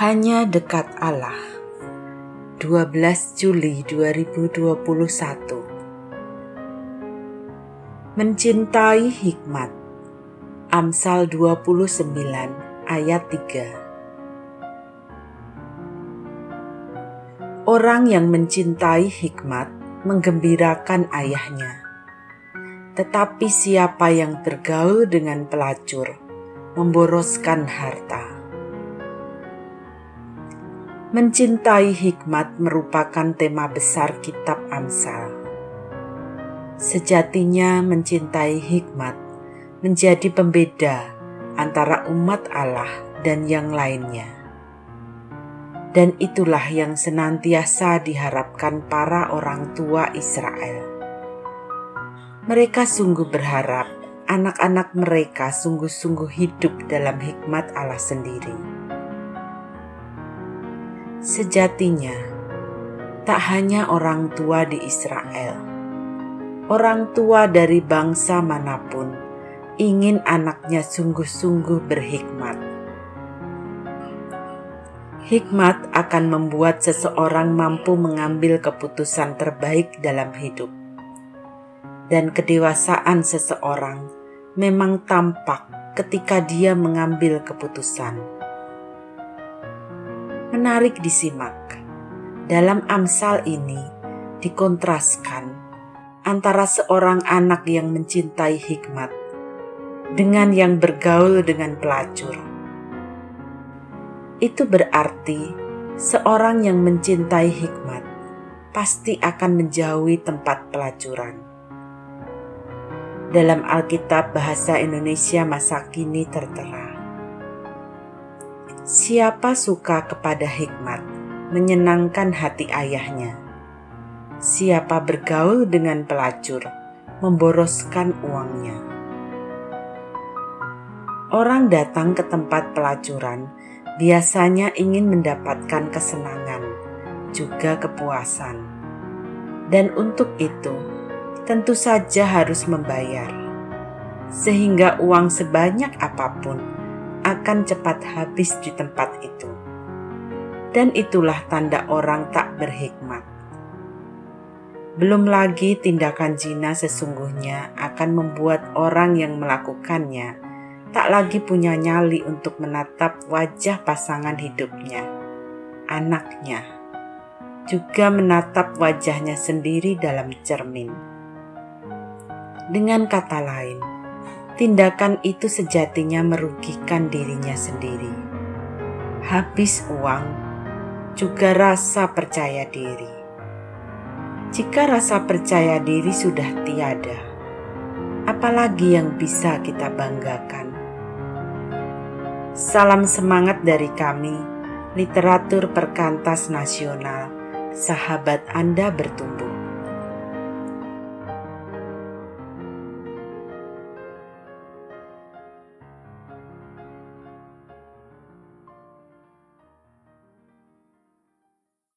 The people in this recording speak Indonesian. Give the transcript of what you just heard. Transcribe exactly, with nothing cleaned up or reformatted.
Hanya dekat Allah. dua belas Juli dua ribu dua puluh satu. Mencintai hikmat. Amsal dua puluh sembilan ayat tiga. Orang yang mencintai hikmat menggembirakan ayahnya. Tetapi siapa yang bergaul dengan pelacur memboroskan harta. Mencintai hikmat merupakan tema besar kitab Amsal. Sejatinya mencintai hikmat menjadi pembeda antara umat Allah dan yang lainnya. Dan itulah yang senantiasa diharapkan para orang tua Israel. Mereka sungguh berharap anak-anak mereka sungguh-sungguh hidup dalam hikmat Allah sendiri. Sejatinya, tak hanya orang tua di Israel, orang tua dari bangsa manapun ingin anaknya sungguh-sungguh berhikmat. Hikmat akan membuat seseorang mampu mengambil keputusan terbaik dalam hidup. Dan kedewasaan seseorang memang tampak ketika dia mengambil keputusan. Menarik disimak, dalam Amsal ini dikontraskan antara seorang anak yang mencintai hikmat dengan yang bergaul dengan pelacur. Itu berarti seorang yang mencintai hikmat pasti akan menjauhi tempat pelacuran. Dalam Alkitab Bahasa Indonesia masa kini tertera, siapa suka kepada hikmat, menyenangkan hati ayahnya. Siapa bergaul dengan pelacur, memboroskan uangnya. Orang datang ke tempat pelacuran biasanya ingin mendapatkan kesenangan, juga kepuasan. Dan untuk itu, tentu saja harus membayar. Sehingga uang sebanyak apapun akan cepat habis di tempat itu. Dan itulah tanda orang tak berhikmat. Belum lagi tindakan zina sesungguhnya akan membuat orang yang melakukannya tak lagi punya nyali untuk menatap wajah pasangan hidupnya, anaknya, juga menatap wajahnya sendiri dalam cermin. Dengan kata lain, tindakan itu sejatinya merugikan dirinya sendiri. Habis uang, juga rasa percaya diri. Jika rasa percaya diri sudah tiada, apalagi yang bisa kita banggakan? Salam semangat dari kami, Literatur Perkantas Nasional, sahabat Anda bertumbuh.